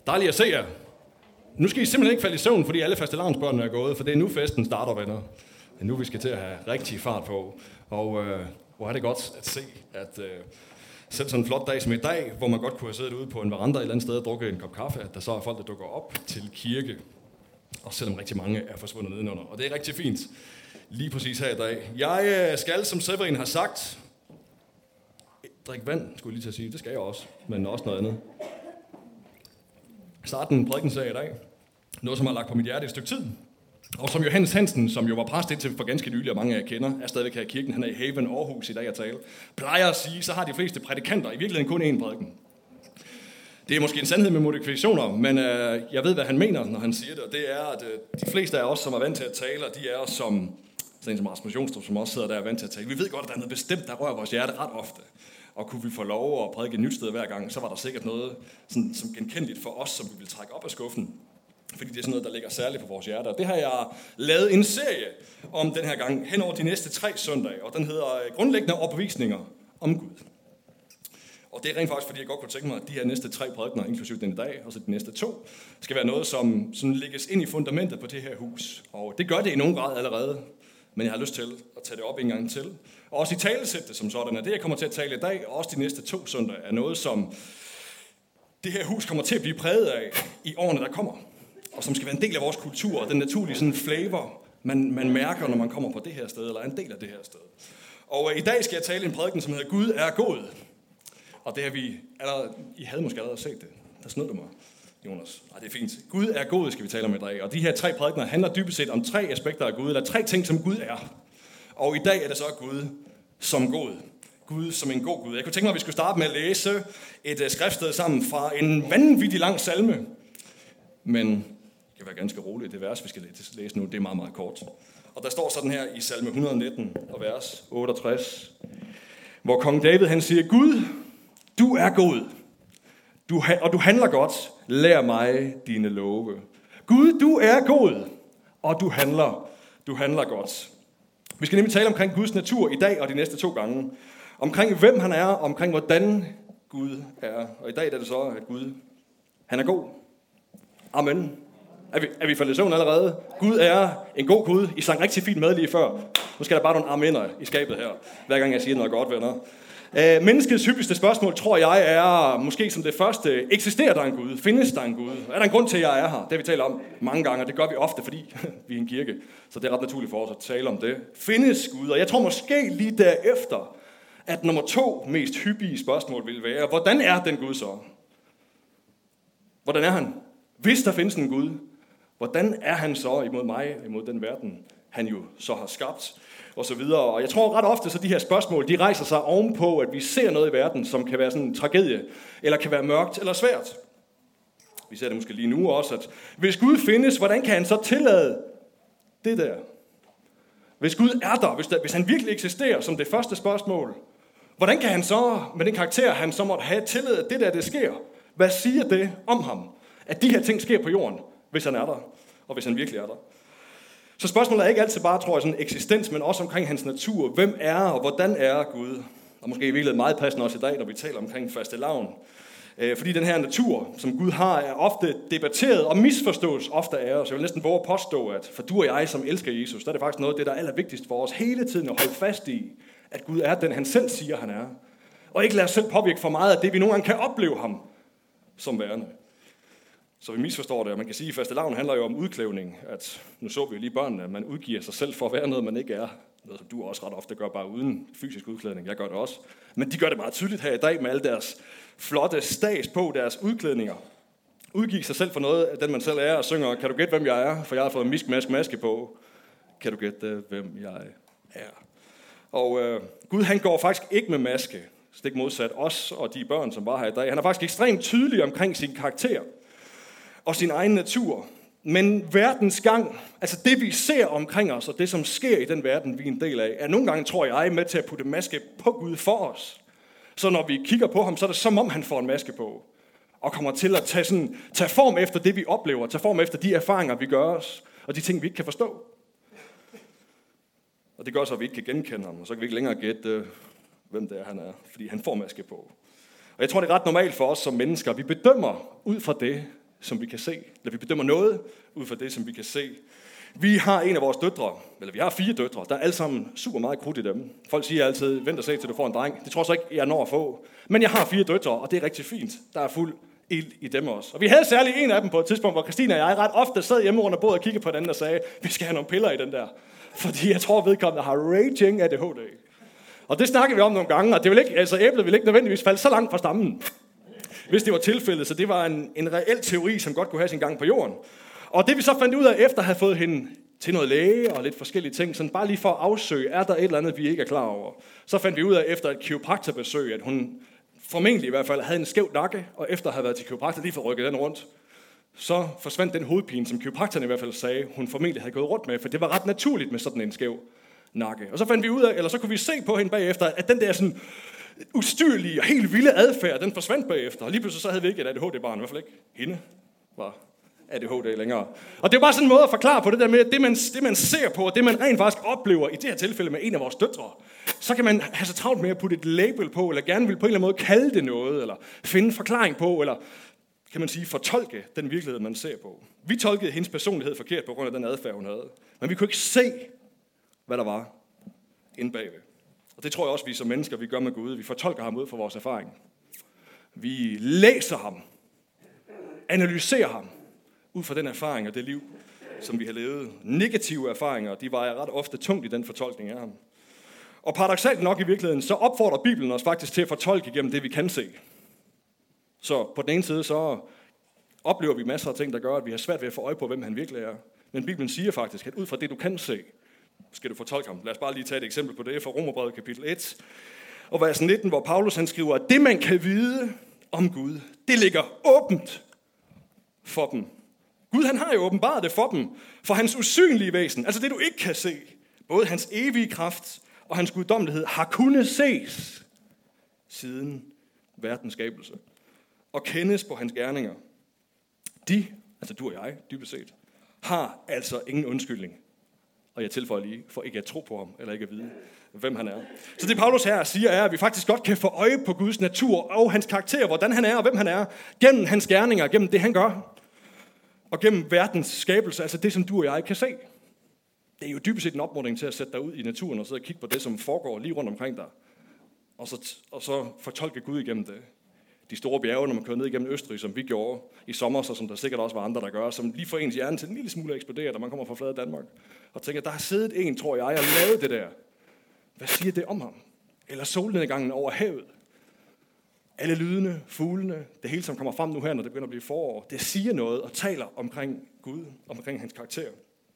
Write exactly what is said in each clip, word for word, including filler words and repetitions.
Dejligt at se jer. Nu skal I simpelthen ikke falde i søvn, fordi alle fastelavnsbørnene er gået, for det er nu festen starter, venner. Det er nu, vi skal til at have rigtig fart på. Og øh, hvor er det godt at se, at øh, selv sådan en flot dag som i dag, hvor man godt kunne have siddet ude på en veranda et eller andet sted og drukket en kop kaffe, at der så er folk, der dukker op til kirke. Og selvom rigtig mange er forsvundet nedenunder. Og det er rigtig fint. Lige præcis her i dag. Jeg øh, skal, som Severin har sagt, drikke vand, skulle jeg lige til at sige. Det skal jeg også, men også noget andet. Starte en prædikensag i dag. Noget, som har lagt på mit hjerte et stykke tid. Og som Johannes Hansen, som jo var præst indtil for ganske nylig, og mange af jer kender, er stadigvæk her i kirken. Han er i Haven Aarhus i dag at tale. Plejer at sige, så har de fleste prædikanter i virkeligheden kun én prædiken. Det er måske en sandhed med modifikationer, men øh, jeg ved, hvad han mener, når han siger det. Og det er, at øh, de fleste af os, som er vant til at tale, og de er os, som, sådan en som Rasmus Jonstrup, som også sidder der og er vant til at tale. Vi ved godt, at der er noget bestemt, der rører vores hjerte ret ofte. Og kunne vi få lov at prædike et nyt sted hver gang, så var der sikkert noget sådan, som genkendeligt for os, som vi ville trække op af skuffen. Fordi det er sådan noget, der ligger særligt på vores hjerter. Det har jeg lavet en serie om den her gang, hen over de næste tre søndage. Og den hedder Grundlæggende overbevisninger om Gud. Og det er rent faktisk, fordi jeg godt kunne tænke mig, at de her næste tre prædikener, inklusive den i dag, og så de næste to, skal være noget, som sådan lægges ind i fundamentet på det her hus. Og det gør det i nogen grad allerede, men jeg har lyst til at tage det op en gang til. Og også i talesættet som sådan, at det, jeg kommer til at tale i dag, og også de næste to søndage, er noget, som det her hus kommer til at blive præget af i årene, der kommer. Og som skal være en del af vores kultur, og den naturlige sådan flavor, man, man mærker, når man kommer på det her sted, eller er en del af det her sted. Og øh, i dag skal jeg tale en prædiken, som hedder Gud er god. Og det har vi allerede, I havde måske allerede set det. Der snød du mig, Jonas. Nej, det er fint. Gud er god, skal vi tale om i dag. Og de her tre prædikener handler dybest set om tre aspekter af Gud, eller tre ting, som Gud er. Og i dag er det så Gud som god. Gud som en god Gud. Jeg kunne tænke mig, at vi skulle starte med at læse et skriftsted sammen fra en vanvittig lang salme. Men det kan være ganske roligt. Det vers, vi skal læse nu, det er meget, meget kort. Og der står sådan her i salme et hundrede og nitten og vers otteogtres, hvor kong David han siger, Gud, du er god, du ha- og du handler godt. Lær mig dine love. Gud, du er god, og du handler, du handler godt. Vi skal nemlig tale omkring Guds natur i dag og de næste to gange. Omkring hvem han er, og omkring hvordan Gud er. Og i dag er det så, at Gud, han er god. Amen. Er vi, er vi faldet i søvn allerede? Gud er en god Gud. I sang rigtig fint med lige før. Nu skal der bare nogle amener i skabet her, hver gang jeg siger noget godt, venner. Uh, menneskets hyppigste spørgsmål, tror jeg, er måske som det første, eksisterer der en Gud? Findes der en Gud? Er der en grund til, at jeg er her? Det har vi talt om mange gange, og det gør vi ofte, fordi vi er en kirke. Så det er ret naturligt for os at tale om det. Findes Gud? Og jeg tror måske lige derefter, at nummer to mest hyppige spørgsmål vil være, hvordan er den Gud så? Hvordan er han? Hvis der findes en Gud, hvordan er han så imod mig, imod den verden, han jo så har skabt? Og så videre. Og jeg tror ret ofte, så de her spørgsmål, de rejser sig ovenpå, at vi ser noget i verden, som kan være sådan en tragedie, eller kan være mørkt eller svært. Vi ser det måske lige nu også, at hvis Gud findes, hvordan kan han så tillade det der? Hvis Gud er der, hvis, der, hvis han virkelig eksisterer som det første spørgsmål, hvordan kan han så, med den karakter, han så måtte have, tillade det der, det sker? Hvad siger det om ham? At de her ting sker på jorden, hvis han er der, og hvis han virkelig er der. Så spørgsmålet er ikke altid bare, tror jeg, sådan eksistens, men også omkring hans natur. Hvem er og hvordan er Gud? Og måske i virkeligheden meget passende også i dag, når vi taler omkring fastelavn. Fordi den her natur, som Gud har, er ofte debatteret og misforstås ofte af os. Jeg vil næsten våge at påstå, at for du og jeg, som elsker Jesus, der er det faktisk noget af det, der er allervigtigst for os hele tiden at holde fast i, at Gud er den, han selv siger, han er. Og ikke lade os selv påvirke for meget af det, vi nogle gange kan opleve ham som værende. Så vi misforstår det, og man kan sige, at fastelavn handler jo om udklævning. At nu så vi jo lige børnene, at man udgiver sig selv for at være noget, man ikke er. Noget, som du også ret ofte gør, bare uden fysisk udklædning. Jeg gør det også. Men de gør det meget tydeligt her i dag med alle deres flotte stads på deres udklædninger. Udgive sig selv for noget af den, man selv er, og synger, kan du gætte, hvem jeg er? For jeg har fået en misk-mask maske på. Kan du gætte, hvem jeg er? Og øh, Gud, han går faktisk ikke med maske. Stik modsat os og de børn, som var her i dag. Han er faktisk ekstremt tydelig omkring sin karakter og sin egen natur. Men verdens gang, altså det vi ser omkring os, og det som sker i den verden, vi er en del af, er nogle gange, tror jeg, med til at putte maske på Gud for os. Så når vi kigger på ham, så er det som om han får en maske på, og kommer til at tage, sådan, tage form efter det, vi oplever, tage form efter de erfaringer, vi gør os, og de ting, vi ikke kan forstå. Og det gør så, at vi ikke kan genkende ham, og så kan vi ikke længere gætte, hvem det er, han er, fordi han får maske på. Og jeg tror, det er ret normalt for os som mennesker, vi bedømmer ud fra det, som vi kan se. Eller vi bedømmer noget ud fra det, som vi kan se. Vi har en af vores døtre, eller vi har fire døtre, der er alle sammen super meget krudt i dem. Folk siger altid, vent og se til du får en dreng. Det tror jeg så ikke, jeg når at få. Men jeg har fire døtre, og det er rigtig fint. Der er fuld ild i dem også. Og vi havde særligt en af dem på et tidspunkt, hvor Christina og jeg ret ofte sad hjemme under bordet og kiggede på den og sagde, vi skal have nogle piller i den der. Fordi jeg tror, vedkommende har raging A D H D. Og det snakkede vi om nogle gange, og det vil ikke, altså æblet ville ikke nødvendigvis falde så langt fra stammen, hvis det var tilfældet. Så det var en, en reel teori, som godt kunne have sin gang på jorden. Og det vi så fandt ud af, efter at have fået hende til noget læge og lidt forskellige ting, sådan bare lige for at afsøge, er der et eller andet, vi ikke er klar over. Så fandt vi ud af, efter et kiropraktorbesøg, at hun formentlig i hvert fald havde en skæv nakke, og efter at have været til kiropraktor, lige for at rykke den rundt, så forsvandt den hovedpine, som kiropraktoren i hvert fald sagde, hun formentlig havde gået rundt med, for det var ret naturligt med sådan en skæv nakke. Og så fandt vi ud af, eller så kunne vi se på hende bagefter, at den der sådan ustyrlige og helt vilde adfærd, den forsvandt bagefter. Og lige pludselig så havde vi ikke et A D H D-barn, i hvert fald ikke hende var A D H D længere. Og det er bare sådan en måde at forklare på det der med, at det man, det man ser på, og det man rent faktisk oplever, i det her tilfælde med en af vores døtre, så kan man have så travlt med at putte et label på, eller gerne vil på en eller anden måde kalde det noget, eller finde en forklaring på, eller kan man sige fortolke den virkelighed, man ser på. Vi tolkede hendes personlighed forkert på grund af den adfærd, hun havde. Men vi kunne ikke se, hvad der var inde bagved. Og det tror jeg også, vi som mennesker, vi gør med Gud. Vi fortolker ham ud fra vores erfaring. Vi læser ham, analyserer ham, ud fra den erfaring og det liv, som vi har levet. Negative erfaringer, de vejer ret ofte tungt i den fortolkning af ham. Og paradoksalt nok i virkeligheden, så opfordrer Bibelen os faktisk til at fortolke igennem det, vi kan se. Så på den ene side, så oplever vi masser af ting, der gør, at vi har svært ved at få øje på, hvem han virkelig er. Men Bibelen siger faktisk, at ud fra det, du kan se, skal du fortolke ham. Lad os bare lige tage et eksempel på det fra Romerbrevet kapitel et, og vers nitten, hvor Paulus han skriver, at det, man kan vide om Gud, det ligger åbent for dem. Gud han har jo åbenbaret det for dem, for hans usynlige væsen, altså det, du ikke kan se, både hans evige kraft og hans guddommelighed, har kunnet ses siden verdens skabelse, og kendes på hans gerninger. De, altså du og jeg, dybest set, har altså ingen undskyldning. Og jeg tilføjer lige, for ikke at tro på ham, eller ikke at vide, hvem han er. Så det Paulus her siger, er, at vi faktisk godt kan få øje på Guds natur og hans karakter, hvordan han er og hvem han er, gennem hans gerninger, gennem det han gør, og gennem verdens skabelse, altså det, som du og jeg kan se. Det er jo dybest set en opmuntring til at sætte dig ud i naturen og sidde og kigge på det, som foregår lige rundt omkring dig, og så, og så fortolke Gud igennem det. De store bjerge, når man kører ned igennem Østrig, som vi gjorde i sommer, så som der sikkert også var andre, der gør, som lige får ens hjerne til en lille smule at eksplodere, da man kommer fra flade Danmark, og tænker, der har siddet en, tror jeg, og lavet det der. Hvad siger det om ham? Eller solnedgangen over havet. Alle lydene, fuglene, det hele, som kommer frem nu her, når det begynder at blive forår, det siger noget og taler omkring Gud, omkring hans karakter.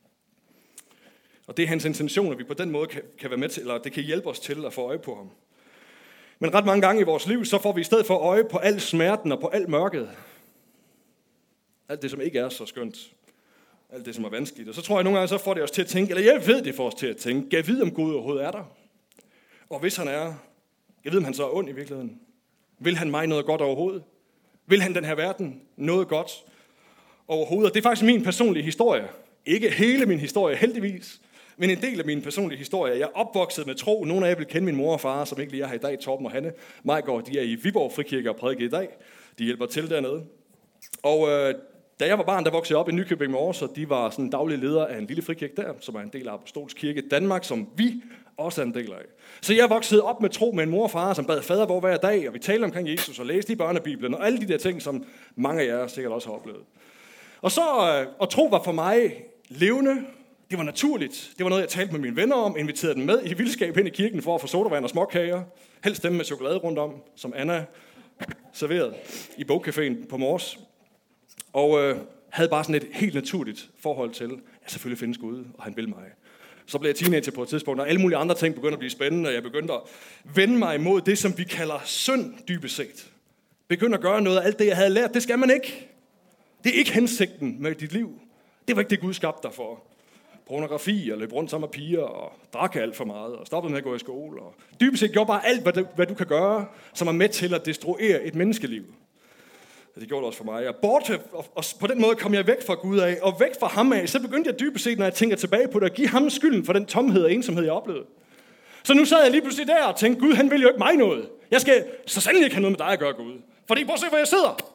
Og det er hans intention, at vi på den måde kan, kan være med til, eller det kan hjælpe os til at få øje på ham. Men ret mange gange i vores liv, så får vi i stedet for øje på al smerten og på alt mørket. Alt det, som ikke er så skønt. Alt det, som er vanskeligt. Og så tror jeg nogle gange, så får det os til at tænke, eller jeg ved det får os til at tænke, kan jeg vide, om Gud overhovedet er der? Og hvis han er, kan jeg vide, om han så er ond i virkeligheden? Vil han mig noget godt overhovedet? Vil han den her verden noget godt overhovedet? Og det er faktisk min personlige historie. Ikke hele min historie, heldigvis. Men en del af min personlige historie. Jeg er opvokset med tro. Nogle af jer vil kende min mor og far, som ikke lige er her i dag, Torben og Hanne. Majgaard, de er i Viborg Frikirke og prædiker i dag. De hjælper til dernede. Og øh, da jeg var barn, der voksede jeg op i Nykøbing Mors, og de var sådan daglige leder af en lille frikirke der, som er en del af Apostolsk Kirke Danmark, som vi også er en del af. Så jeg voksede op med tro med en mor og far, som bad fader vor hver dag, og vi talte omkring Jesus og læste i børnebiblen, og alle de der ting, som mange af jer sikkert også har oplevet. Og så, øh, og tro var for mig levende. Det var naturligt. Det var noget, jeg talte med mine venner om, inviterede dem med i vildskab hen i kirken for at få sodavand og småkager. Helst dem med chokolade rundt om, som Anna serverede i bogcaféen på Mors. Og øh, havde bare sådan et helt naturligt forhold til, at selvfølgelig findes Gud, og han vil mig. Så blev jeg teenager på et tidspunkt, og alle mulige andre ting begyndte at blive spændende, og jeg begyndte at vende mig imod det, som vi kalder synd dybest set. Begyndte at gøre noget af alt det, jeg havde lært. Det skal man ikke. Det er ikke hensigten med dit liv. Det var ikke det, Gud skabte dig for. Pornografi, og løb rundt sammen med piger, og drak alt for meget, og stoppede med at gå i skole, og dybest set gjorde bare alt, hvad du, hvad du kan gøre, som er med til at destruere et menneskeliv. Og det gjorde det også for mig. Og, borte, og, og på den måde kom jeg væk fra Gud af, og væk fra ham af, så begyndte jeg dybest set, når jeg tænker tilbage på det, at give ham skylden for den tomhed og ensomhed, jeg oplevede. Så nu sad jeg lige pludselig der og tænkte, Gud, han vil jo ikke mig noget. Jeg skal så sandelig ikke have noget med dig at gøre, Gud. Fordi prøv at se, hvor jeg sidder.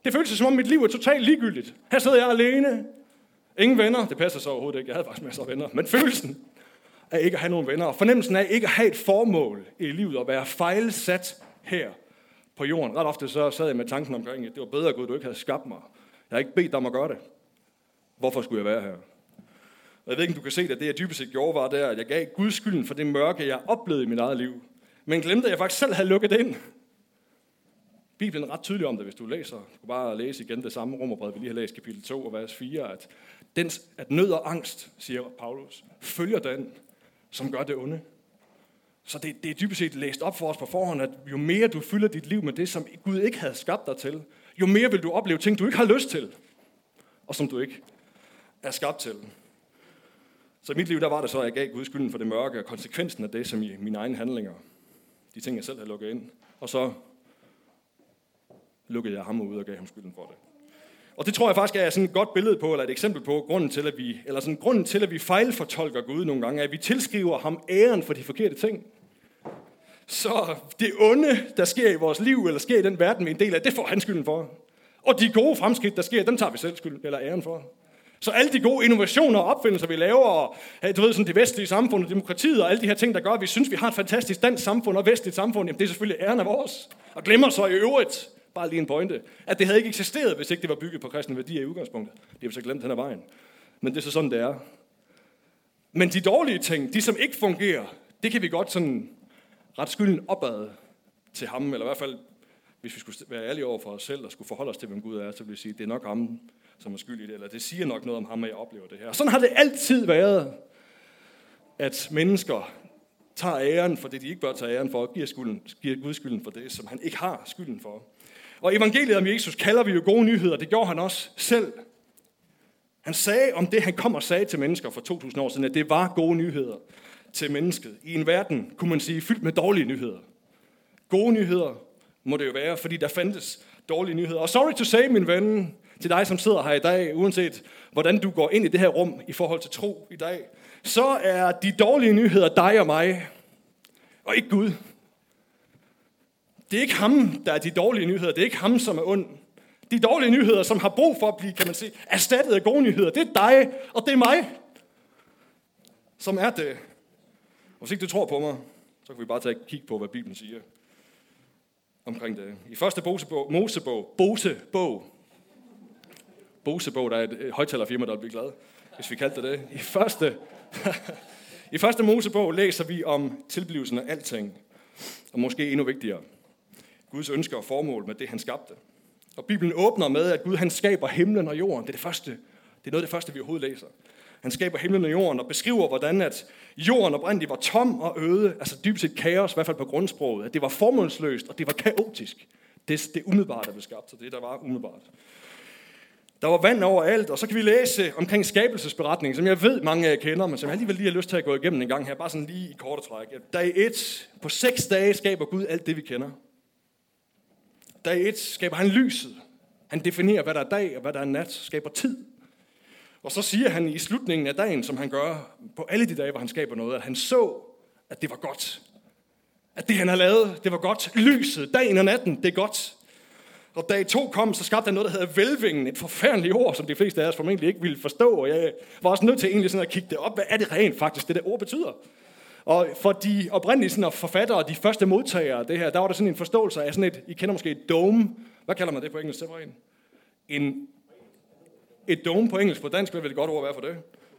Det føltes som om mit liv er totalt ligegyldigt. Her sidder jeg alene. Ingen venner. Det passer så overhovedet ikke. Jeg havde faktisk masser af venner. Men følelsen af ikke at have nogen venner, og fornemmelsen af ikke at have et formål i livet, og være fejlsat her på jorden. Ret ofte så sad jeg med tanken omkring, at det var bedre Gud, du ikke havde skabt mig. Jeg har ikke bedt dig om at gøre det. Hvorfor skulle jeg være her? Og jeg ved ikke, om du kan se, at det jeg dybest set gjorde, var der, at jeg gav Gud skylden for det mørke, jeg oplevede i mit eget liv. Men glemte, at jeg faktisk selv havde lukket ind. Bibelen er ret tydelig om det, hvis du læser. Du kan bare læse igen det samme romerbrev, vi lige har læst, kapitel to og vers fire, at, den, at nød og angst, siger Paulus, følger den, som gør det onde. Så det, det er dybest set læst op for os på forhånd, at jo mere du fylder dit liv med det, som Gud ikke havde skabt dig til, jo mere vil du opleve ting, du ikke har lyst til, og som du ikke er skabt til. Så i mit liv, der var det så, at jeg gav Gud skylden for det mørke, og konsekvensen af det, som i mine egne handlinger, de ting, jeg selv havde lukket ind. Og så lukkede jeg ham ud og gav ham skylden for det. Og det tror jeg faktisk er sådan et godt billede på, eller et eksempel på, grunden til, at vi, eller sådan grunden til, at vi fejlfortolker Gud nogle gange, er, at vi tilskriver ham æren for de forkerte ting. Så det onde, der sker i vores liv, eller sker i den verden, vi er en del af, det får han skylden for. Og de gode fremskridt, der sker, dem tager vi selv skylden, eller æren for. Så alle de gode innovationer og opfindelser, vi laver, og du ved, sådan det vestlige samfund og demokratiet, og alle de her ting, der gør, at vi synes, vi har et fantastisk dansk samfund og vestligt samfund, jamen det er selvfølgelig æren af vores. Og glemmer så i øvrigt, bare lige en pointe, at det havde ikke eksisteret, hvis ikke det var bygget på kristne værdier i udgangspunktet. Det har vi så glemt hen ad vejen. Men det er så sådan, det er. Men de dårlige ting, de som ikke fungerer, det kan vi godt sådan ret skylden opad til ham, eller i hvert fald, hvis vi skulle være ærlige over for os selv og skulle forholde os til, hvem Gud er, så vil vi sige, at det er nok ham, som er skyld i det, eller det siger nok noget om ham, at jeg oplever det her. Og sådan har det altid været, at mennesker tager æren for det, de ikke bør tage æren for, og giver, skylden, giver Gud skylden for det, som han ikke har skylden for. Og evangeliet om Jesus kalder vi jo gode nyheder, det gjorde han også selv. Han sagde om det, han kom og sagde til mennesker for to tusind år siden, at det var gode nyheder til mennesket. I en verden, kunne man sige, fyldt med dårlige nyheder. Gode nyheder må det jo være, fordi der fandtes dårlige nyheder. Og sorry to say, min ven, til dig, som sidder her i dag, uanset hvordan du går ind i det her rum i forhold til tro i dag, så er de dårlige nyheder dig og mig, og ikke Gud. Det er ikke ham, der er de dårlige nyheder. Det er ikke ham, som er ond. De dårlige nyheder, som har brug for at blive, kan man sige, erstattet af gode nyheder, det er dig, og det er mig, som er det. Og hvis ikke du tror på mig, så kan vi bare tage et kig på, hvad Bibelen siger omkring det. I første Mosebog, Mosebog, Bosebog, Bosebog, der er et højtalerfirma, der vil blive glad, hvis vi kaldte det det. I første, I første Mosebog læser vi om tilblivelsen af alting, og måske endnu vigtigere, Guds ønsker og formål med det, han skabte. Og Bibelen åbner med, at Gud han skaber himlen og jorden. Det er det første. Det er noget af det første, vi overhovedet læser. Han skaber himlen og jorden og beskriver, hvordan at jorden oprindeligt var tom og øde, altså dybest set kaos, i hvert fald på grundsproget. At det var formålsløst, og det var kaotisk. Det, det umiddelbart er blevet skabt, så det der var umiddelbart. Der var vand overalt, og så kan vi læse omkring skabelsesberetningen, som jeg ved, mange af jer kender, men som jeg alligevel lige har lyst til at gå igennem en gang her, bare sådan lige i korte træk. Dag et, på seks dage skaber Gud alt det, vi kender. Dag et skaber han lyset. Han definerer, hvad der er dag og hvad der er nat, skaber tid. Og så siger han i slutningen af dagen, som han gør på alle de dage, hvor han skaber noget, at han så, at det var godt. At det, han har lavet, det var godt. Lyset, dagen og natten, det er godt. Og dag to kom, så skabte han noget, der hedder vælvingen. Et forfærdeligt ord, som de fleste af os formentlig ikke ville forstå. Og jeg var også nødt til egentlig sådan at kigge det op. Hvad er det rent faktisk, det der ord betyder? Og for de oprindelige sådan, forfattere, de første modtagere af det her, der var der sådan en forståelse af sådan et, I kender måske et dome. Hvad kalder man det på engelsk? Det var en, en et dome på engelsk, på dansk, hvad vil det godt ord være for det?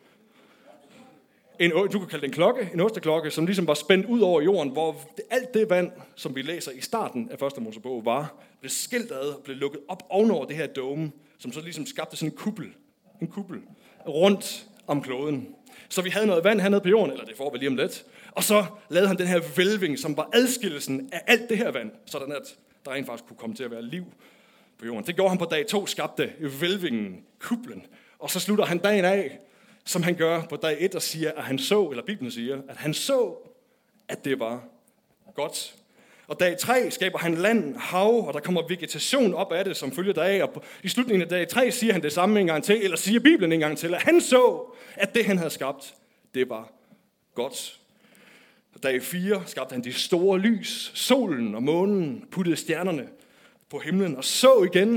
En, du kan kalde det en klokke, en osteklokke, som ligesom var spændt ud over jorden, hvor alt det vand, som vi læser i starten af første Mosebog, var, blev skilt ad og blev lukket op ovenover det her dome, som så ligesom skabte sådan en kuppel, en kuppel rundt om kloden. Så vi havde noget vand hernede på jorden, eller det får vi lige om lidt, og så lavede han den her vælving, som var adskillelsen af alt det her vand, sådan at der rent faktisk kunne komme til at være liv på jorden. Det gjorde han på dag to, skabte vælvingen, kuppelen, og så slutter han dagen af, som han gør på dag et og siger, at han så, eller Bibelen siger, at han så, at det var godt. Og dag tre skaber han land, hav, og der kommer vegetation op af det, som følger deraf. Og i slutningen af dag tre siger han det samme en gang til, eller siger Bibelen en gang til, at han så, at det han havde skabt, det var godt. Og dag fire skabte han de store lys, solen og månen, puttede stjernerne på himlen, og så igen,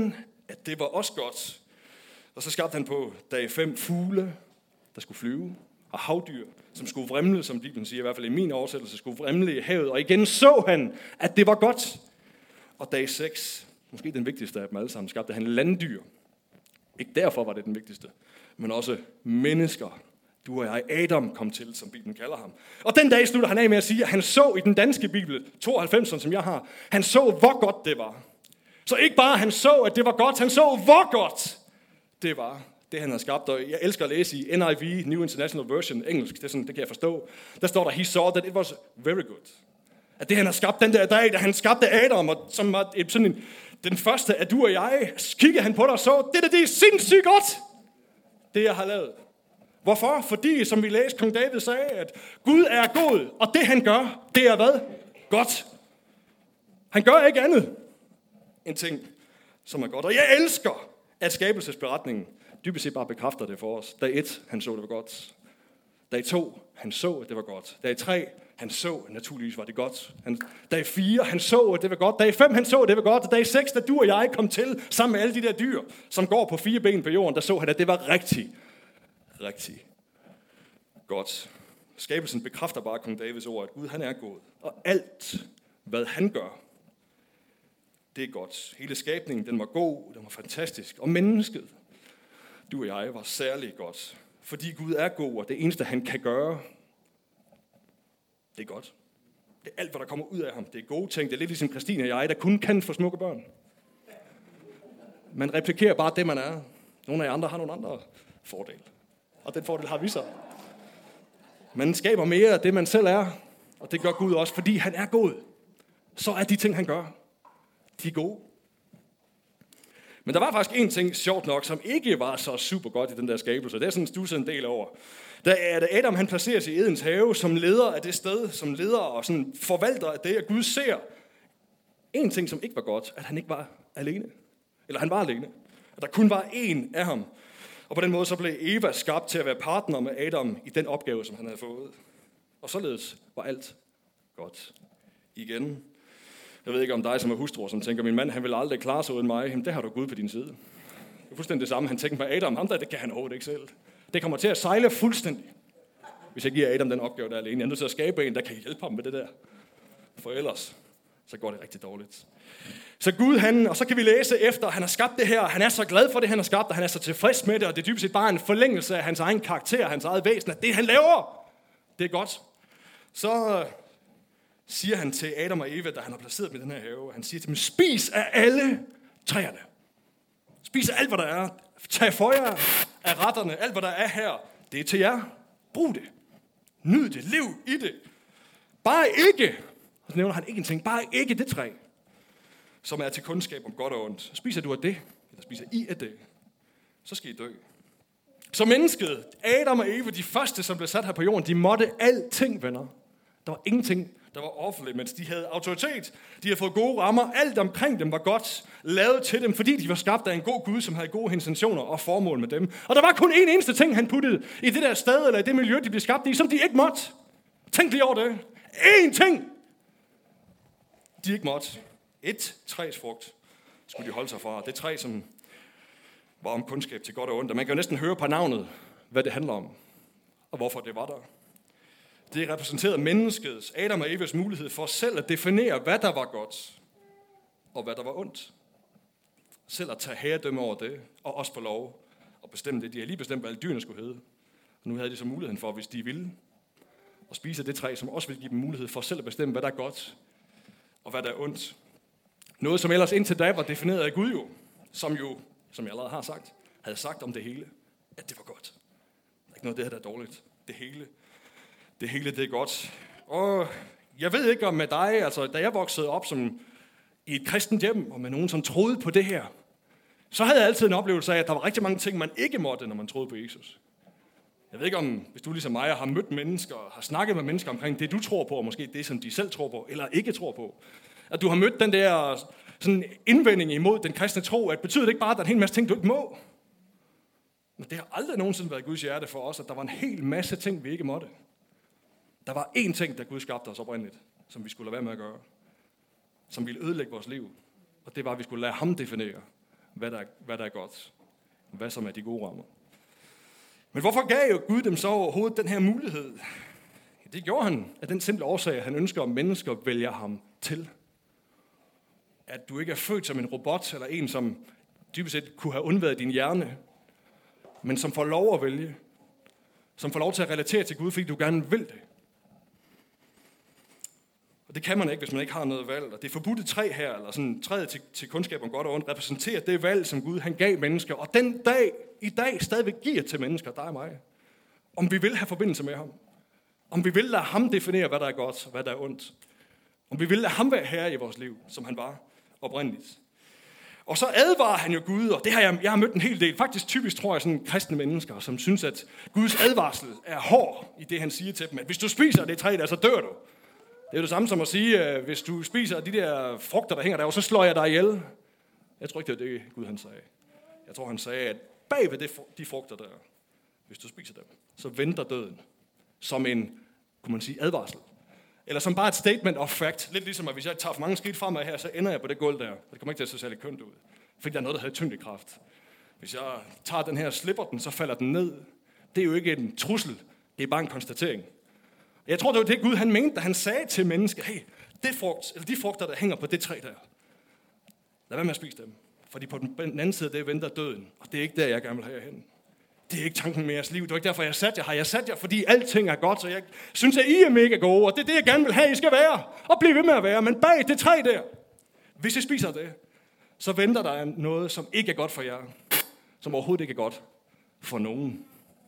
at det var også godt. Og så skabte han på dag fem fugle, der skulle flyve, og havdyr, som skulle vrimle, som Bibelen siger, i hvert fald i min oversættelse, skulle vrimle i havet. Og igen så han, at det var godt. Og dag seks, måske den vigtigste af dem alle sammen, skabte han landdyr. Ikke derfor var det den vigtigste, men også mennesker. Du og jeg, Adam, kom til, som Bibelen kalder ham. Og den dag slutter han af med at sige, at han så i den danske Bibel, tooghalvfems, som jeg har, han så, hvor godt det var. Så ikke bare han så, at det var godt, han så, hvor godt det var. Det han har skabt, og jeg elsker at læse i N I V, New International Version, engelsk, det, er sådan, det kan jeg forstå. Der står der, he saw that it was very good. At det han har skabt den der dag, da han skabte Adam, og som var sådan en, den første af du og jeg, kiggede han på dig og så, det, det, det er sindssygt godt, det jeg har lavet. Hvorfor? Fordi, som vi læste, kong David sagde, at Gud er god, og det han gør, det er hvad? Godt. Han gør ikke andet end ting, som er godt. Og jeg elsker, at skabelsesberetningen dybest set bare bekræfter det for os. Dag et, han så, det var godt. Dag to, han så, at det var godt. Dag tre, han så, at naturligvis var det godt. Han, dag fire, han så, at det var godt. Dag fem, han så, at det var godt. Og dag seks, da du og jeg kom til, sammen med alle de der dyr, som går på fire ben på jorden, der så han, at det var rigtig, rigtig godt. Skabelsen bekræfter bare kong Davids ord, at Gud, han er god. Og alt, hvad han gør, det er godt. Hele skabningen, den var god, den var fantastisk. Og mennesket, du og jeg, var særlig godt. Fordi Gud er god, og det eneste, han kan gøre, det er godt. Det er alt, hvad der kommer ud af ham. Det er gode ting. Det er lidt ligesom Christine og jeg, der kun kan for smukke børn. Man replikerer bare det, man er. Nogle af jer andre har nogle andre fordele. Og den fordel har vi så. Man skaber mere af det, man selv er. Og det gør Gud også, fordi han er god. Så er de ting, han gør, de er gode. Men der var faktisk en ting, sjovt nok, som ikke var så super godt i den der skabelse. Det er sådan stusset en del over. Da Adam han placeres i Edens have som leder af det sted, som leder og sådan forvalter af det, at Gud ser en ting, som ikke var godt, at han ikke var alene. Eller han var alene. At der kun var én af ham. Og på den måde så blev Eva skabt til at være partner med Adam i den opgave, som han havde fået. Og således var alt godt igen. Jeg ved ikke om dig som er hustru, som tænker, min mand han vil aldrig klare sig uden mig. Jamen, det har du Gud på din side. Det er fuldstændig det samme. Han tænker på Adam. Ham der, det kan han overhovedet ikke selv. Det kommer til at sejle fuldstændig, hvis jeg giver Adam den opgave, der er alene. Jeg er nødt til at skabe en, der kan hjælpe ham med det der. For ellers, så går det rigtig dårligt. Så Gud, han, og så kan vi læse efter, han har skabt det her. Han er så glad for det, han har skabt, og han er så tilfreds med det. Og det er dybest set bare en forlængelse af hans egen karakter, hans eget væsen. At det, han laver, det er godt. Så siger han til Adam og Eva, da han har placeret dem i den her have, han siger til dem, spis af alle træerne. Spis af alt, hvad der er. Tag for jer af retterne. Alt, hvad der er her, det er til jer. Brug det. Nyd det. Lev i det. Bare ikke, og så nævner han ikke en ting, bare ikke det træ, som er til kundskab om godt og ondt. Spiser du af det, eller spiser I af det, så skal I dø. Så mennesket, Adam og Eva, de første, som blev sat her på jorden, de måtte alting, venner. Der var ingenting, der var offentligt, mens de havde autoritet. De havde fået gode rammer. Alt omkring dem var godt lavet til dem, fordi de var skabt af en god Gud, som havde gode intentioner og formål med dem. Og der var kun en eneste ting, han puttede i det der sted, eller i det miljø, de blev skabt i, som de ikke måtte. Tænk lige over det. Én ting, de ikke måtte. Et træs frugt skulle de holde sig fra. Det træ, som var om kundskab til godt og ondt. Og man kan jo næsten høre på navnet, hvad det handler om, og hvorfor det var der. Det repræsenterede menneskets, Adam og Evas mulighed for selv at definere, hvad der var godt, og hvad der var ondt. Selv at tage herredømme over det, og også få lov at bestemme det. De havde lige bestemt, hvad alle dyrene skulle hedde. Og nu havde de så muligheden for, hvis de ville, at spise det træ, som også ville give dem mulighed for selv at bestemme, hvad der er godt, og hvad der er ondt. Noget, som ellers indtil da var defineret af Gud jo, som jo, som jeg allerede har sagt, havde sagt om det hele, at det var godt. Der er ikke noget af det her, der er dårligt. Det hele, det hele, det er godt. Og jeg ved ikke om med dig, altså da jeg voksede op som i et kristent hjem, og med nogen, som troede på det her, så havde jeg altid en oplevelse af, at der var rigtig mange ting, man ikke måtte, når man troede på Jesus. Jeg ved ikke om, hvis du ligesom mig har mødt mennesker, og har snakket med mennesker omkring det, du tror på, og måske det, som de selv tror på, eller ikke tror på. At du har mødt den der sådan indvending imod den kristne tro, at betyder det ikke bare, at der er en hel masse ting, du ikke må? Men det har aldrig nogensinde været Guds hjerte for os, at der var en hel masse ting, vi ikke måtte. Der var én ting, der Gud skabte os oprindeligt, som vi skulle lade være med at gøre. Som ville ødelægge vores liv. Og det var, at vi skulle lade ham definere, hvad der, hvad der er godt, hvad som er de gode rammer. Men hvorfor gav jo Gud dem så overhovedet den her mulighed? Det gjorde han af den simple årsag, at han ønsker, at mennesker vælger ham til. At du ikke er født som en robot, eller en, som dybest set kunne have undværet din hjerne, men som får lov at vælge, som får lov til at relatere til Gud, fordi du gerne vil det. Og det kan man ikke, hvis man ikke har noget valg. Og det forbudte træ her, eller sådan træet til, til kundskab om godt og ondt, repræsenterer det valg, som Gud han gav mennesker, og den dag, i dag, stadigvæk giver til mennesker, dig og mig. Om vi vil have forbindelse med ham. Om vi vil lade ham definere, hvad der er godt og hvad der er ondt. Om vi vil lade ham være herre i vores liv, som han var oprindeligt. Og så advarer han jo Gud, og det har jeg, jeg har mødt en hel del, faktisk typisk tror jeg sådan kristne mennesker, som synes, at Guds advarsel er hård i det, han siger til dem, at hvis du spiser det træ der, så dør du. Det er jo det samme som at sige, at hvis du spiser de der frugter, der hænger der, så slår jeg dig ihjel. Jeg tror ikke, det var det, Gud han sagde. Jeg tror, han sagde, at bagved det, de frugter der, hvis du spiser dem, så venter døden som en, kunne man sige, advarsel. Eller som bare et statement of fact. Lidt ligesom, at hvis jeg tager for mange skridt fremad her, så ender jeg på det gulv der. Det kommer ikke til at se særlig kønt ud. Fordi der er noget, der havde tyngdekraft. Hvis jeg tager den her og slipper den, så falder den ned. Det er jo ikke en trussel. Det er bare en konstatering. Jeg tror, det var det Gud han mente, da han sagde til mennesker, hey, det frugt, eller de frugter, der hænger på det træ der, lad være med at spise dem. Fordi på den anden side, det venter døden. Og det er ikke der, jeg gerne vil have jer hen. Det er ikke tanken med jeres liv. Det er ikke derfor, jeg sat jer her. Jeg sat jer, fordi alting er godt, så jeg synes, at I er mega gode. Og det er det, jeg gerne vil have, I skal være. Og blive ved med at være. Men bag det træ der, hvis I spiser det, så venter der noget, som ikke er godt for jer. Som overhovedet ikke er godt for nogen.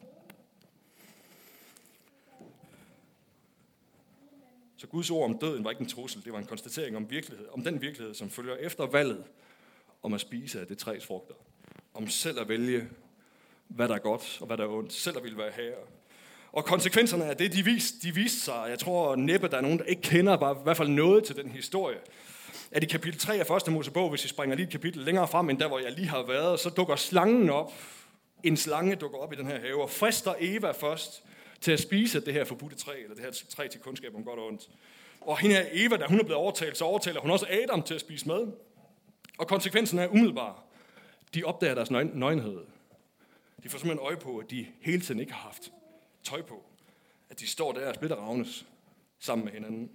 Så Guds ord om døden var ikke en trussel. Det var en konstatering om virkelighed. Om den virkelighed, som følger efter valget om at spise af det træs frugter. Om selv at vælge, hvad der er godt og hvad der er ondt. Selv at ville være herre. Og konsekvenserne af det, de viste, de viste sig. Jeg tror næppe, der er nogen, der ikke kender bare i hvert fald noget til den historie. At i kapitel tre af første Mosebog, hvis I springer lige et kapitel længere frem, end der, hvor jeg lige har været, så dukker slangen op. En slange dukker op i den her have og frister Eva først til at spise det her forbudte træ, eller det her træ til kundskab om godt og ondt. Og hende her Eva, da hun er blevet overtalt, så overtaler hun også Adam til at spise med. Og konsekvensen er umiddelbar. De opdager deres nøgen, nøgenhed. De får simpelthen øje på, at de hele tiden ikke har haft tøj på. At de står der og splitter ravnes sammen med hinanden.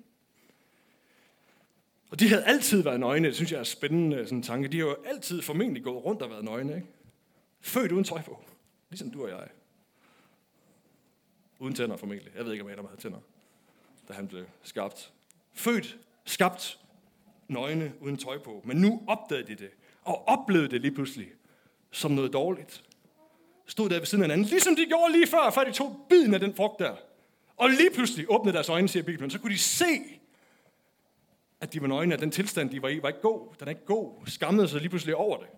Og de havde altid været nøgne. Det synes jeg er spændende sådan en tanke. De har jo altid formentlig gået rundt og været nøgne, ikke? Født uden tøj på. Ligesom du og jeg. Uden tænder formentlig. Jeg ved ikke, om Adam havde tænder, da han blev skabt. Født, skabt, nøgne, uden tøj på. Men nu opdagede de det, og oplevede det lige pludselig som noget dårligt. Stod der ved siden af hinanden, ligesom de gjorde lige før, før de tog biden af den frugt der. Og lige pludselig åbnede deres øjne, siger Bibelen, så kunne de se, at de var nøgne, at den tilstand, de var i, var ikke god. Den er ikke god. Skammede sig lige pludselig over det.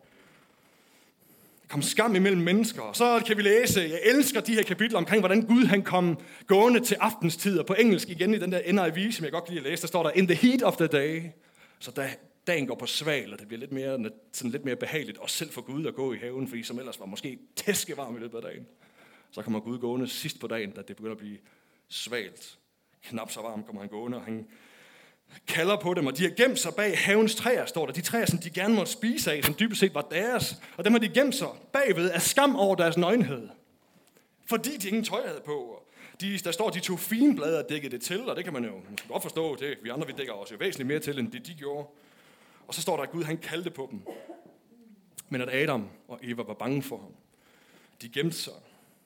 Der kom skam imellem mennesker. Og så kan vi læse, jeg elsker de her kapitler omkring, hvordan Gud han kom gående til aftenstid. Og på engelsk igen i den der N I V, som jeg godt kan lide at læse, der står der, in the heat of the day. Så da dagen går på sval, og det bliver lidt mere, sådan lidt mere behageligt, også selv for Gud at gå i haven, fordi som ellers var måske tæskevarm i løbet af dagen. Så kommer Gud gående sidst på dagen, da det begynder at blive svalt. Knap så varmt kommer han gående, og han kalder på dem, og de har gemt sig bag havens træer, står der. De træer, som de gerne måtte spise af, som dybest set var deres. Og dem har de gemt sig bagved af skam over deres nøgenhed. Fordi de ingen tøj havde på. De, der står, de tog fine blade og dækkede det til, og det kan man jo måske godt forstå. Det, vi andre vi dækker også jo væsentligt mere til, end det de gjorde. Og så står der, at Gud han kaldte på dem. Men at Adam og Eva var bange for ham. De gemte sig.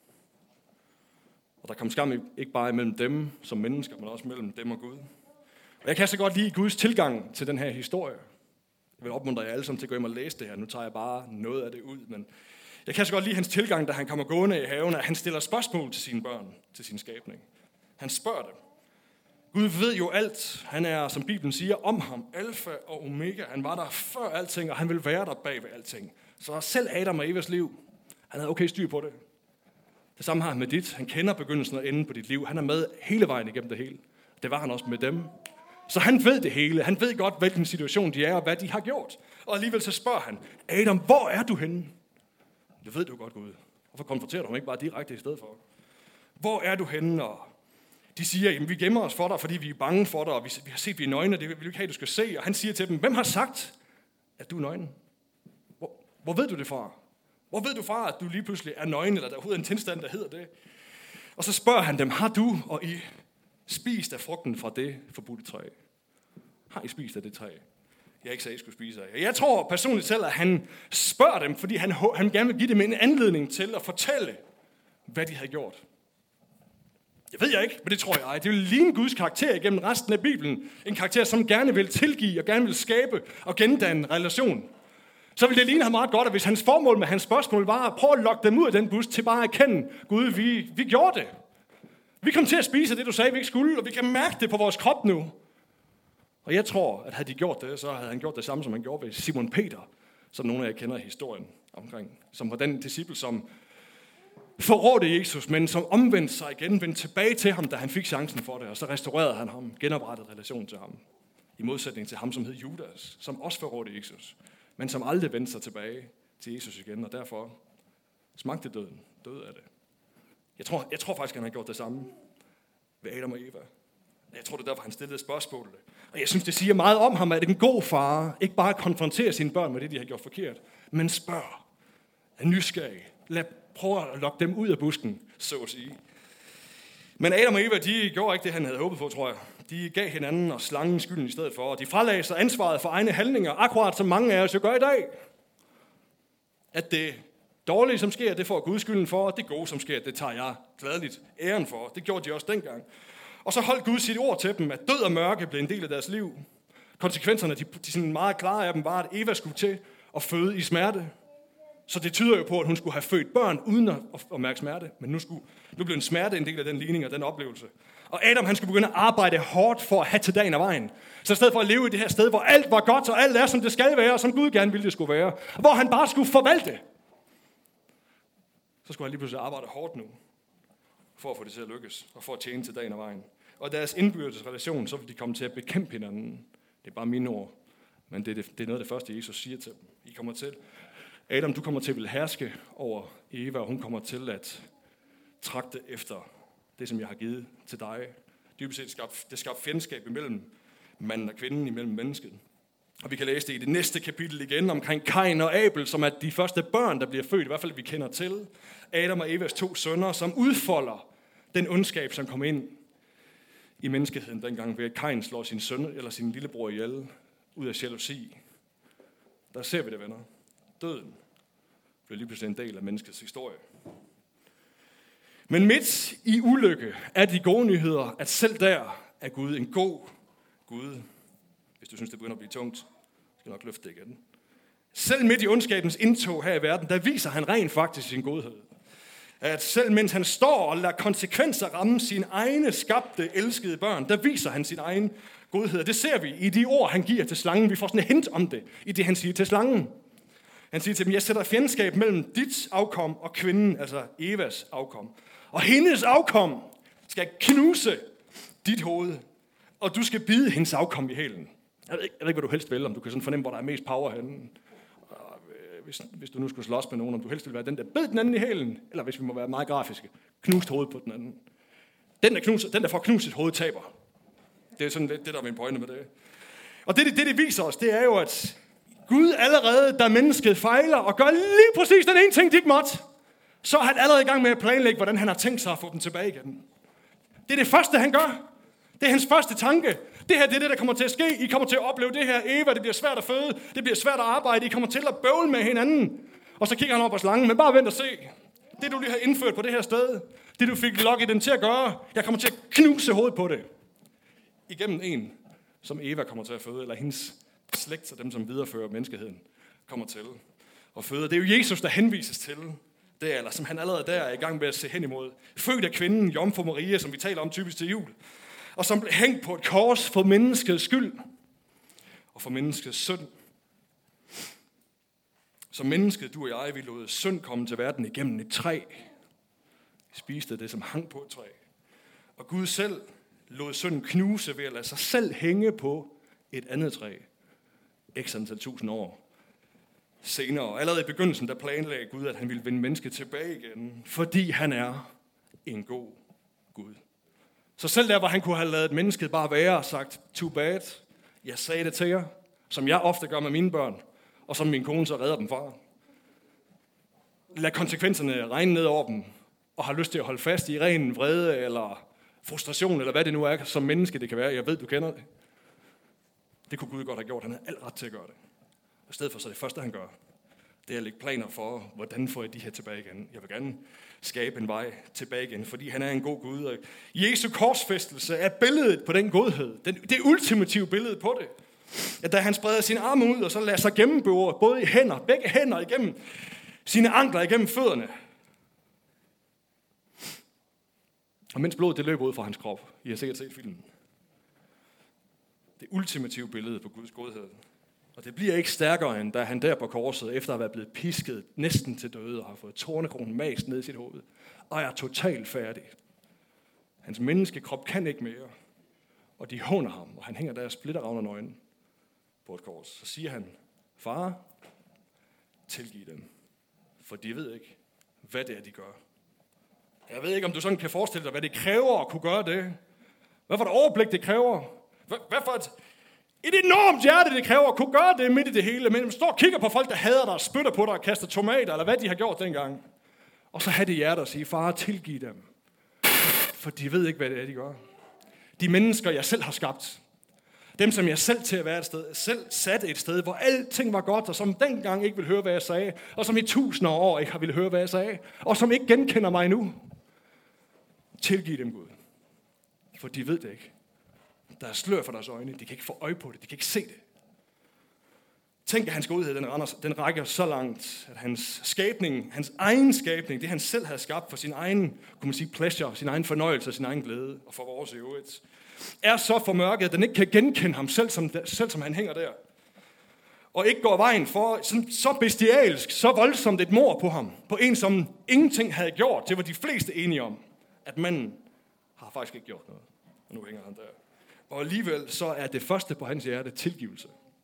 Og der kom skam ikke bare imellem dem som mennesker, men også mellem dem og Gud. Og jeg kan så godt lide Guds tilgang til den her historie. Jeg vil opmuntre jer alle sammen til at gå hjem og læse det her. Nu tager jeg bare noget af det ud. Men jeg kan så godt lide hans tilgang, da han kommer gående i haven, at han stiller spørgsmål til sine børn, til sin skabning. Han spørger dem. Gud ved jo alt. Han er, som Bibelen siger, om ham, alfa og omega. Han var der før alting, og han vil være der bag ved alting. Så selv Adam og Evas liv, han havde okay styr på det. Det samme har han med dit. Han kender begyndelsen og enden på dit liv. Han er med hele vejen igennem det hele. Det var han også med dem. Så han ved det hele. Han ved godt, hvilken situation de er, og hvad de har gjort. Og alligevel så spørger han, Adam, hvor er du henne? Det ved du godt, Gud. Hvorfor konfronterer du ham ikke bare direkte i stedet for? Hvor er du henne? Og de siger, jamen vi gemmer os for dig, fordi vi er bange for dig, og vi, vi har set, vi er nøgne, og det vil vi ikke have, du skal se. Og han siger til dem, hvem har sagt, at du er nøgen? Hvor, Hvor ved du det fra? Hvor ved du fra, at du lige pludselig er nøgen, eller der overhovedet er en tilstand, der hedder det? Og så spørger han dem, har du og I spist af frugten fra det forbudte træ? Har I spist af det træ? Jeg ikke sagde, at I skulle spise af. Jeg tror personligt selv, at han spørger dem, fordi han, han gerne vil give dem en anledning til at fortælle, hvad de havde gjort. Jeg ved jeg ikke, men det tror jeg. Det vil ligne Guds karakter igennem resten af Bibelen. En karakter, som gerne vil tilgive og gerne vil skabe og gendanne en relation. Så vil det ligne ham meget godt, at hvis hans formål med hans spørgsmål var at prøve at lokke dem ud af den bus til bare at erkende, Gud, vi, vi gjorde det. Vi kom til at spise det, du sagde, vi ikke skulle, og vi kan mærke det på vores krop nu. Og jeg tror, at havde de gjort det, så havde han gjort det samme, som han gjorde ved Simon Peter, som nogle af jer kender historien omkring. Som var den disciple, som forrådte Jesus, men som omvendte sig igen, vendte tilbage til ham, da han fik chancen for det, og så restaurerede han ham, genoprettede relationen til ham. I modsætning til ham, som hed Judas, som også forrådte Jesus, men som aldrig vendte sig tilbage til Jesus igen, og derfor smagte døden, døde af det. Jeg tror, jeg tror faktisk, at han har gjort det samme ved Adam og Eva. Jeg tror, det er derfor, han stillede spørgsmålet. Og jeg synes, det siger meget om ham, at en god far ikke bare konfronterer sine børn med det, de har gjort forkert, men spørger, er nysgerrig, lad prøve at lokke dem ud af busken, så at sige. Men Adam og Eva, de gjorde ikke det, han havde håbet på, tror jeg. De gav hinanden og slangen skylden i stedet for, og de fralagde sig ansvaret for egne handlinger, akkurat som mange af os jo gør i dag. At det dårlige, som sker, det får Gud skylden for, og det gode, som sker, det tager jeg gladeligt æren for. Det gjorde de også dengang. Og så holdt Gud sit ord til dem, at død og mørke blev en del af deres liv. Konsekvenserne, de, de sådan meget klare af dem, var, at Eva skulle til at føde i smerte. Så det tyder jo på, at hun skulle have født børn uden at, at mærke smerte. Men nu, skulle, nu blev en smerte en del af den ligning og den oplevelse. Og Adam, han skulle begynde at arbejde hårdt for at have til dagen af vejen. Så i stedet for at leve i det her sted, hvor alt var godt, og alt er, som det skal være, og som Gud gerne ville, det skulle være. Hvor han bare skulle forvalte. Så skulle han lige pludselig arbejde hårdt nu, for at få det til at lykkes, og for at tjene til dagen af vejen. Og deres indbyrdes relation, så vil de komme til at bekæmpe hinanden. Det er bare mine ord, men det er, det, det er noget af det første, Jesus siger til dem. I kommer til. Adam, du kommer til at vil herske over Eva, og hun kommer til at tragte efter det, som jeg har givet til dig. Dybest set skabt, det skabt fjendskab imellem manden og kvinden, imellem mennesket. Og vi kan læse det i det næste kapitel igen omkring Kain og Abel, som er de første børn, der bliver født, i hvert fald vi kender til. Adam og Evas to sønner, som udfolder den ondskab, som kom ind i menneskeheden dengang, ved at Kain slår sin søn eller sin lillebror ihjel ud af jalousi. Der ser vi det, venner. Døden blev lige pludselig en del af menneskets historie. Men midt i ulykke er de gode nyheder, at selv der er Gud en god Gud. Hvis du synes, det begynder at blive tungt, skal jeg nok løfte det igen. Selv midt i ondskabens indtog her i verden, der viser han rent faktisk sin godhed. At selv mens han står og lader konsekvenser ramme sine egne skabte, elskede børn, der viser han sin egen godhed. Det ser vi i de ord, han giver til slangen. Vi får sådan et hint om det, i det han siger til slangen. Han siger til dem, jeg sætter fjendskab mellem dit afkom og kvinden, altså Evas afkom. Og hendes afkom skal knuse dit hoved, og du skal bide hendes afkom i hælen. Jeg ved ikke, jeg ved ikke hvad du helst vil, om du kan sådan fornemme, hvor der er mest power henne. Hvis, hvis du nu skulle slås med nogen, om du helst vil være den, der bed den anden i hælen, eller hvis vi må være meget grafiske, knust hovedet på den anden. Den, der, knus, den, der får knust sit hoved, taber. Det er sådan det, det der er min pointe med det. Og det, det, det viser os, det er jo, at Gud allerede, da mennesket fejler og gør lige præcis den ene ting, de ikke måtte, så er han allerede i gang med at planlægge, hvordan han har tænkt sig at få dem tilbage igen. Det er det første, han gør. Det er hans første tanke. Det her det er det, der kommer til at ske. I kommer til at opleve det her. Eva, det bliver svært at føde. Det bliver svært at arbejde. I kommer til at bøvle med hinanden. Og så kigger han op på slangen. Men bare vent og se. Det, du lige har indført på det her sted. Det, du fik lokket den til at gøre. Jeg kommer til at knuse hovedet på det. Igennem en, som Eva kommer til at føde. Eller hendes slægt, og dem, som viderefører menneskeheden, kommer til at føde. Det er jo Jesus, der henvises til. Det er, eller som han allerede der er i gang med at se hen imod. Født af kvinden, Jomfru Maria, som vi taler om typisk til jul. Og som blev hængt på et kors for menneskets skyld. Og for menneskets synd. Som mennesket, du og jeg, vi lod synd komme til verden igennem et træ. Vi spiste det, som hang på et træ. Og Gud selv lod synden knuse ved at lade sig selv hænge på et andet træ. X antal tusind år senere. Allerede i begyndelsen, der planlagde Gud, at han ville vinde mennesket tilbage igen. Fordi han er en god Gud. Så selv der, hvor han kunne have ladet mennesket bare være og sagt, too bad, jeg sagde det til jer, som jeg ofte gør med mine børn, og som min kone så redder dem fra. lader konsekvenserne regne ned over dem, og har lyst til at holde fast i ren vrede, eller frustration, eller hvad det nu er, som menneske det kan være. Jeg ved, du kender det. Det kunne Gud godt have gjort. Han havde alt ret til at gøre det. I stedet for så det første, han gør, det er at lægge planer for, hvordan får jeg de her tilbage igen. Jeg vil gerne skabe en vej tilbage igen, fordi han er en god Gud. Og Jesu korsfæstelse er billedet på den godhed. Det ultimative billede på det. At da han spreder sine arme ud, og så lader sig gennembore, både i hænder, begge hænder igennem, sine ankler igennem fødderne. Og mens blodet det løber ud fra hans krop. I har sikkert set filmen. Det ultimative billede på Guds godhed. Og det bliver ikke stærkere, end da han der på korset, efter at være blevet pisket næsten til døde, og har fået tornekronen mast ned i sit hoved, og er totalt færdig. Hans menneskekrop kan ikke mere. Og de håner ham, og han hænger der og splitter ravner nøgen på et kors. Så siger han, far, tilgiv dem, for de ved ikke, hvad det er, de gør. Jeg ved ikke, om du sådan kan forestille dig, hvad det kræver at kunne gøre det. Hvad for et overblik det kræver. Hvad, hvad for et, et enormt hjerte det kræver at kunne gøre det midt i det hele. Men man står og kigger på folk, der hader dig, spytter på dig og kaster tomater, eller hvad de har gjort dengang. Og så have det hjerte og sige, far, tilgiv dem. For de ved ikke, hvad det er, de gør. De mennesker, jeg selv har skabt. Dem, som jeg selv til at være et sted, selv satte et sted, hvor alting var godt, og som dengang ikke ville høre, hvad jeg sagde, og som i tusinder af år ikke har ville høre, hvad jeg sagde, og som ikke genkender mig nu. Tilgiv dem, Gud. For de ved det ikke. Der er slør for deres øjne. De kan ikke få øje på det. De kan ikke se det. Tænk, at hans godhed, den, render, den rækker så langt, at hans skabning, hans egen skabning, det han selv havde skabt for sin egen, kunne man sige, pleasure, sin egen fornøjelse, sin egen glæde, og for vores øvrigt, er så formørket, at den ikke kan genkende ham, selv som, selv som han hænger der. Og ikke går vejen for så bestialsk, så voldsomt et mord på ham, på en, som ingenting havde gjort. Det var de fleste enige om, at manden har faktisk ikke gjort noget. Og nu hænger han der. Og alligevel så er det første på hans hjerte tilgivelse.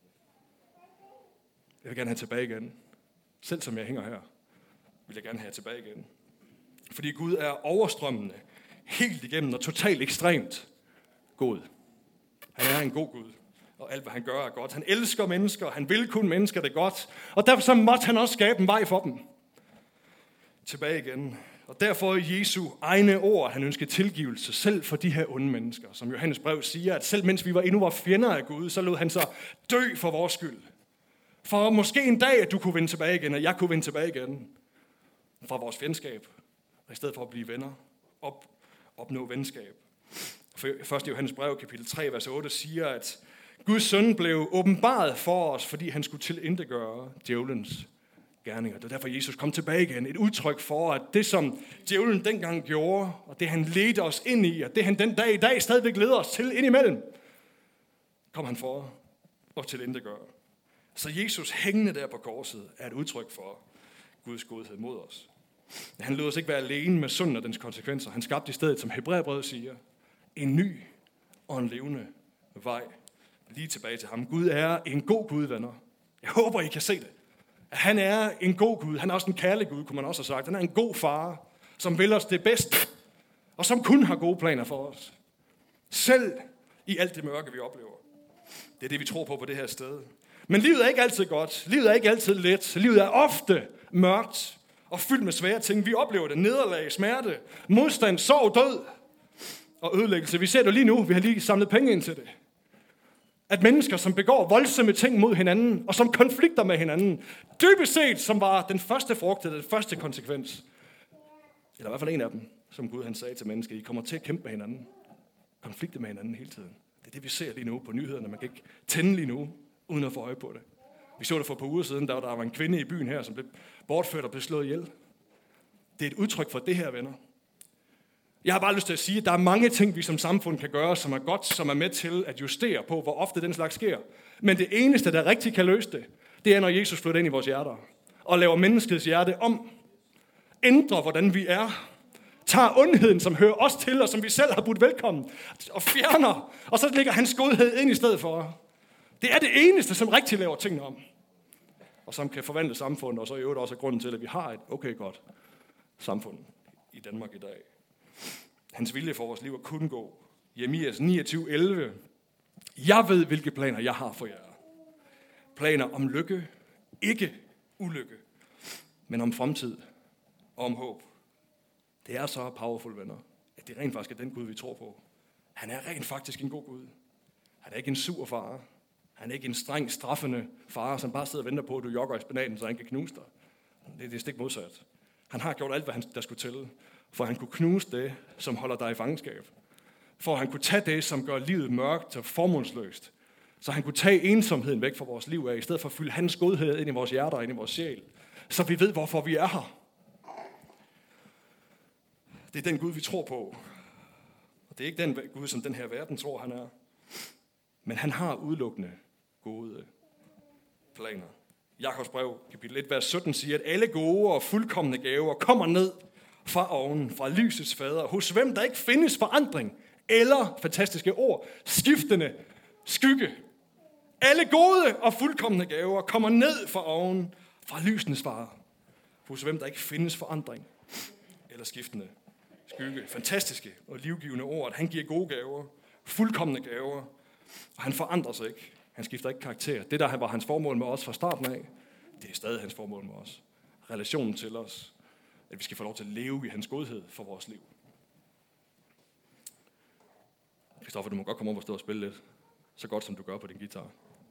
Jeg vil gerne have tilbage igen. Selv som jeg hænger her, vil jeg gerne have tilbage igen. Fordi Gud er overstrømmende, helt igennem og totalt ekstremt god. Han er en god Gud, og alt hvad han gør er godt. Han elsker mennesker, han vil kun mennesker det godt, og derfor så måtte han også skabe en vej for dem. Tilbage igen. Og derfor i Jesu egne ord, han ønskede tilgivelse selv for de her onde mennesker. Som Johannes brev siger, at selv mens vi var endnu var fjender af Gud, så lod han så dø for vores skyld. For måske en dag, at du kunne vende tilbage igen, og jeg kunne vende tilbage igen fra vores fjendskab, og i stedet for at blive venner, op, opnå venskab. For første Johannes brev, kapitel tre, vers otte, siger, at Guds søn blev åbenbaret for os, fordi han skulle tilintetgøre djævelens gerninger. Det er derfor, Jesus kom tilbage igen. Et udtryk for, at det, som djævlen dengang gjorde, og det han ledte os ind i, og det han den dag i dag stadigvæk leder os til indimellem, kom han for at tilintetgøre. Så Jesus hængende der på korset er et udtryk for Guds godhed mod os. Han lod os ikke være alene med synden og dens konsekvenser. Han skabte i stedet, som Hebræerbrevet siger, en ny og en levende vej lige tilbage til ham. Gud er en god Gud, venner. Jeg håber, I kan se det. At han er en god Gud. Han er også en kærlig Gud, kunne man også have sagt. Han er en god far, som vil os det bedste, og som kun har gode planer for os. Selv i alt det mørke, vi oplever. Det er det, vi tror på på det her sted. Men livet er ikke altid godt. Livet er ikke altid let. Livet er ofte mørkt og fyldt med svære ting. Vi oplever det. Nederlag, smerte, modstand, sorg, død og ødelæggelse. Vi ser det lige nu. Vi har lige samlet penge ind til det. At mennesker, som begår voldsomme ting mod hinanden, og som konflikter med hinanden, dybest set, som var den første frugt, den første konsekvens, eller i hvert fald en af dem, som Gud han sagde til mennesker, I kommer til at kæmpe med hinanden. Konflikte med hinanden hele tiden. Det er det, vi ser lige nu på nyhederne. Man kan ikke tænde lige nu, uden at få øje på det. Vi så det for et par uger siden, der var en kvinde i byen her, som blev bortført og blev slået ihjel. Det er et udtryk for det her, venner. Jeg har bare lyst til at sige, at der er mange ting, vi som samfund kan gøre, som er godt, som er med til at justere på, hvor ofte den slags sker. Men det eneste, der rigtig kan løse det, det er, når Jesus flytter ind i vores hjerter og laver menneskets hjerte om. Ændrer, hvordan vi er. Tager ondheden, som hører os til, og som vi selv har budt velkommen, og fjerner. Og så lægger hans godhed ind i stedet for. Det er det eneste, som rigtig laver tingene om. Og som kan forvandle samfundet, og så i øvrigt også er grunden til, at vi har et okay godt samfund i Danmark i dag. Hans vilje for vores liv er kun gå. Jeremias niogtyve elleve. Jeg ved, hvilke planer jeg har for jer. Planer om lykke, ikke ulykke, men om fremtid og om håb. Det er så powerful, venner, at det rent faktisk er den Gud, vi tror på. Han er rent faktisk en god Gud. Han er ikke en sur far. Han er ikke en streng, straffende far, som bare sidder og venter på, at du jogger i spinaten, så han kan knuse dig. Det er det stik modsat. Han har gjort alt, hvad han, der skulle til, for han kunne knuse det, som holder dig i fangenskab. For han kunne tage det, som gør livet mørkt og formålsløst. Så han kunne tage ensomheden væk fra vores liv af, i stedet for at fylde hans godhed ind i vores hjerter og ind i vores sjæl. Så vi ved, hvorfor vi er her. Det er den Gud, vi tror på. Og det er ikke den Gud, som den her verden tror, han er. Men han har udelukkende gode planer. Jakobs brev, kapitel et, vers sytten, siger, at alle gode og fuldkomne gaver kommer ned fra oven, fra lysets fader, hos hvem der ikke findes forandring, eller, fantastiske ord, skiftende skygge. Alle gode og fuldkomne gaver kommer ned fra oven, fra lysenes fader, hos hvem der ikke findes forandring, eller skiftende skygge. Fantastiske og livgivende ord, at han giver gode gaver, fuldkomne gaver, og han forandrer sig ikke. Han skifter ikke karakter. Det, der var hans formål med os fra starten af, det er stadig hans formål med os. Relationen til os. At vi skal få lov til at leve i hans godhed for vores liv. Kristoffer, du må godt komme op og stå og spille lidt. Så godt, som du gør på din guitar.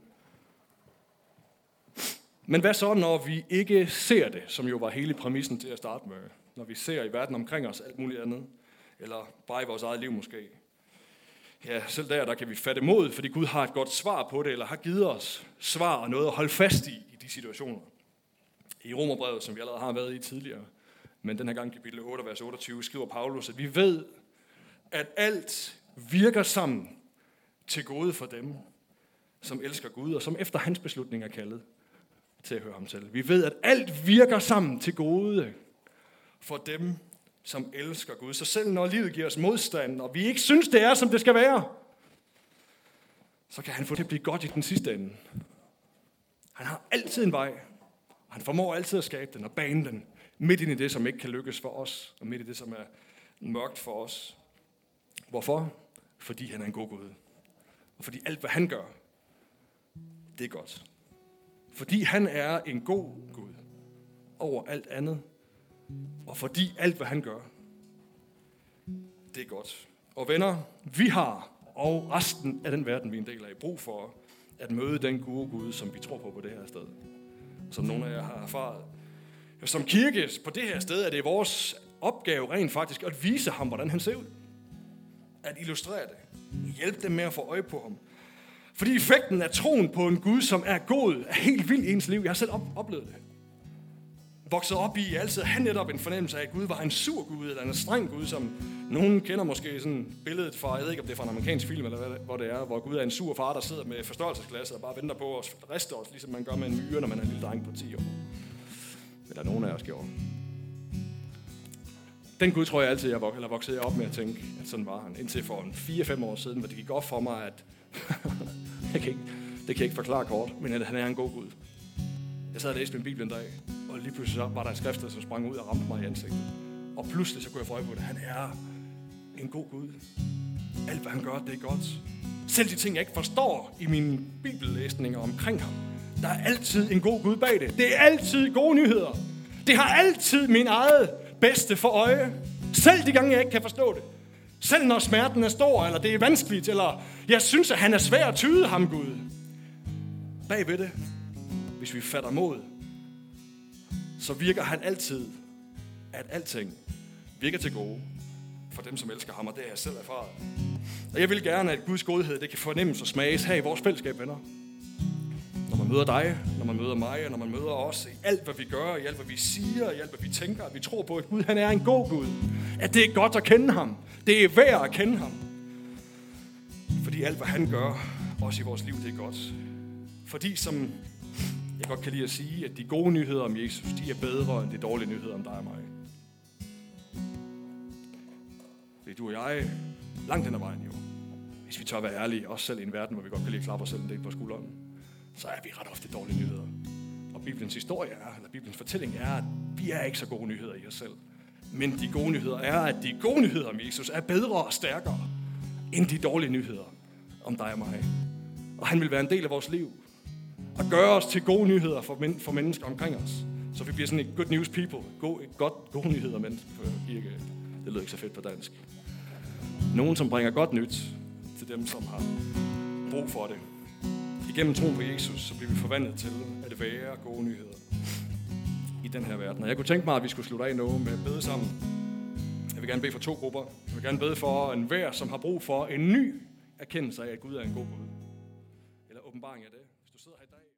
Men hvad så, når vi ikke ser det, som jo var hele præmissen til at starte med? Når vi ser i verden omkring os alt muligt andet. Eller bare i vores eget liv måske. Ja, selv der, der kan vi fatte mod, fordi Gud har et godt svar på det, eller har givet os svar og noget at holde fast i, i de situationer. I Romerbrevet, som vi allerede har været i tidligere, men den her gang kapitel otte, vers otteogtyve, skriver Paulus, at vi ved, at alt virker sammen til gode for dem, som elsker Gud, og som efter hans beslutning er kaldet til at høre ham til. Vi ved, at alt virker sammen til gode for dem, som elsker Gud. Så selv når livet giver os modstand, og vi ikke synes, det er, som det skal være, så kan han få det til at blive godt i den sidste ende. Han har altid en vej, og han formår altid at skabe den og bane den, midt ind i det, som ikke kan lykkes for os, og midt i det, som er mørkt for os. Hvorfor? Fordi han er en god Gud. Og fordi alt, hvad han gør, det er godt. Fordi han er en god Gud over alt andet. Og fordi alt, hvad han gør, det er godt. Og venner, vi har, og resten af den verden, vi er en del af, brug for at møde den gode Gud, som vi tror på på det her sted. Som nogle af jer har erfaret. Som kirke på det her sted er det vores opgave rent faktisk at vise ham, hvordan han ser ud. At illustrere det. Hjælpe dem med at få øje på ham. Fordi effekten af troen på en Gud, som er god, er helt vild i ens liv. Jeg har selv oplevet det. Vokset op i altid at have netop en fornemmelse af, at Gud var en sur Gud, eller en streng Gud, som nogen kender måske sådan billedet fra, jeg ved ikke om det er fra en amerikansk film, eller hvad, hvor det er, hvor Gud er en sur far, der sidder med forstørrelsesglasset og bare venter på at riste os, ligesom man gør med en myre, når man er en lille dreng på ti år. Eller nogen af os gjorde. Den Gud tror jeg altid, jeg vok- eller voksede op med at tænke, at sådan var han. Indtil for fire fem år siden, hvor det gik op for mig, at jeg kan ikke, det kan jeg ikke forklare kort, men at han er en god Gud. Jeg sad og læste min Bibel en dag, og lige pludselig så var der en skrift, som sprang ud og ramte mig i ansigtet. Og pludselig så kunne jeg få øje på det. Han er en god Gud. Alt hvad han gør, det er godt. Selv de ting, jeg ikke forstår i mine bibellæsninger omkring ham, der er altid en god Gud bag det. Det er altid gode nyheder. Det har altid min eget bedste for øje. Selv de gange, jeg ikke kan forstå det. Selv når smerten er stor, eller det er vanskeligt, eller jeg synes, at han er svær at tyde ham, Gud. Bag ved det, hvis vi fatter mod, så virker han altid, at alting virker til gode for dem, som elsker ham, og det har jeg selv erfaret. Og jeg vil gerne, at Guds godhed, det kan fornemmes og smages her i vores fællesskab, venner. Når man møder dig, når man møder mig, og når man møder os, i alt, hvad vi gør, i alt, hvad vi siger, i alt, hvad vi tænker, at vi tror på, at Gud, han er en god Gud. At det er godt at kende ham. Det er værd at kende ham. Fordi alt, hvad han gør, også i vores liv, det er godt. Fordi, som jeg godt kan lide at sige, at de gode nyheder om Jesus, de er bedre end de dårlige nyheder om dig og mig. Fordi du og jeg, langt hen ad vejen jo, hvis vi tør være ærlige, også selv i en verden, hvor vi godt kan lide at klappe os selv en del på skulderen, så er vi ret ofte dårlige nyheder. Og Bibelens historie er, eller Bibelens fortælling er, at vi er ikke så gode nyheder i os selv. Men de gode nyheder er, at de gode nyheder om Jesus er bedre og stærkere end de dårlige nyheder om dig og mig. Og han vil være en del af vores liv og gøre os til gode nyheder for, men- for mennesker omkring os. Så vi bliver sådan et good news people. God, godt, gode nyheder, men ikke, det lyder ikke så fedt på dansk. Nogen, som bringer godt nyt til dem, som har brug for det. Igennem troen på Jesus, så bliver vi forvandlet til at være gode nyheder i den her verden. Og jeg kunne tænke mig, at vi skulle slutte af nu med at bede sammen. Jeg vil gerne bede for to grupper. Jeg vil gerne bede for en hver, som har brug for en ny erkendelse af, at Gud er en god Gud. Eller åbenbaring af det. Hvis du sidder her i dag